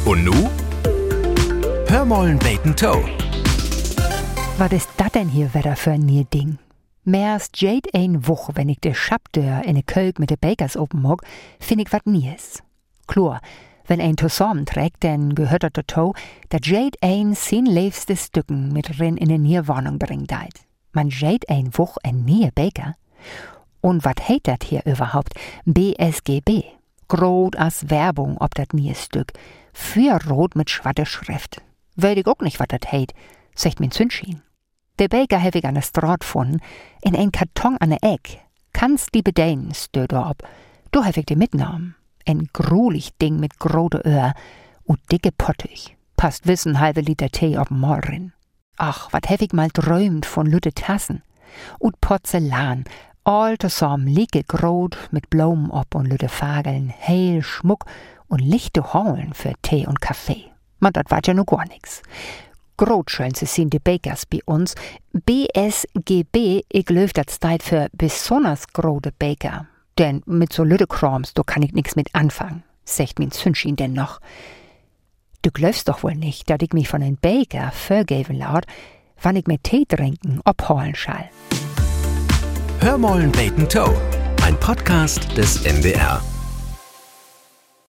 Und nu? Hör mollen beten Toe. Was ist dat denn hier wieder für ein nie Ding? Mehr's jede ein Woche, wenn ich de Schabdeur in de Kölk mit de Bakers open mag, find ich wat nies. Klar, wenn ein zusammen trägt, dann gehört dat dazu, dat jede ein sein liebste Stücken mit rein in de neue Wohnung bringt deit. Man jede ein Woche ein neue Baker. Und wat heit dat hier überhaupt? BSGB. Grot as Werbung ob dat neue Stück. Für rot mit schwatte Schrift. Weet ich auch nicht, wat dat heit, sagt mein Zündschien. Der Baker hab ich an der Straat gefunden, in ein Karton an der Eck. Kannst die bedeinen, stört ab. Du hab ich die mitgenommen. Ein grulich Ding mit grote Öhr und dicke Pottich. Passt wissen halbe Liter Tee ob'n Morgen. Ach, wat hab ich mal träumt von lütte Tassen. Und Porzellan, all zusammen liege grot mit Blumen ob und lütte Fageln, heil Schmuck und lichte Horn für Tee und Kaffee. Man, dat war ja nur gar nix. Grotschönste sind die Bakers bei uns. BSGB, ich löf dat steht für besonders grote Baker. Denn mit so lütte Krams, da kann ich nix mit anfangen, sagt mein Zündschien denn noch. Du glaubst doch wohl nicht, dass ich mich von den Baker vergeben laut, wann ich mir Tee trinken abholen schall. Hör mollen beten Toe. Ein Podcast des NDR.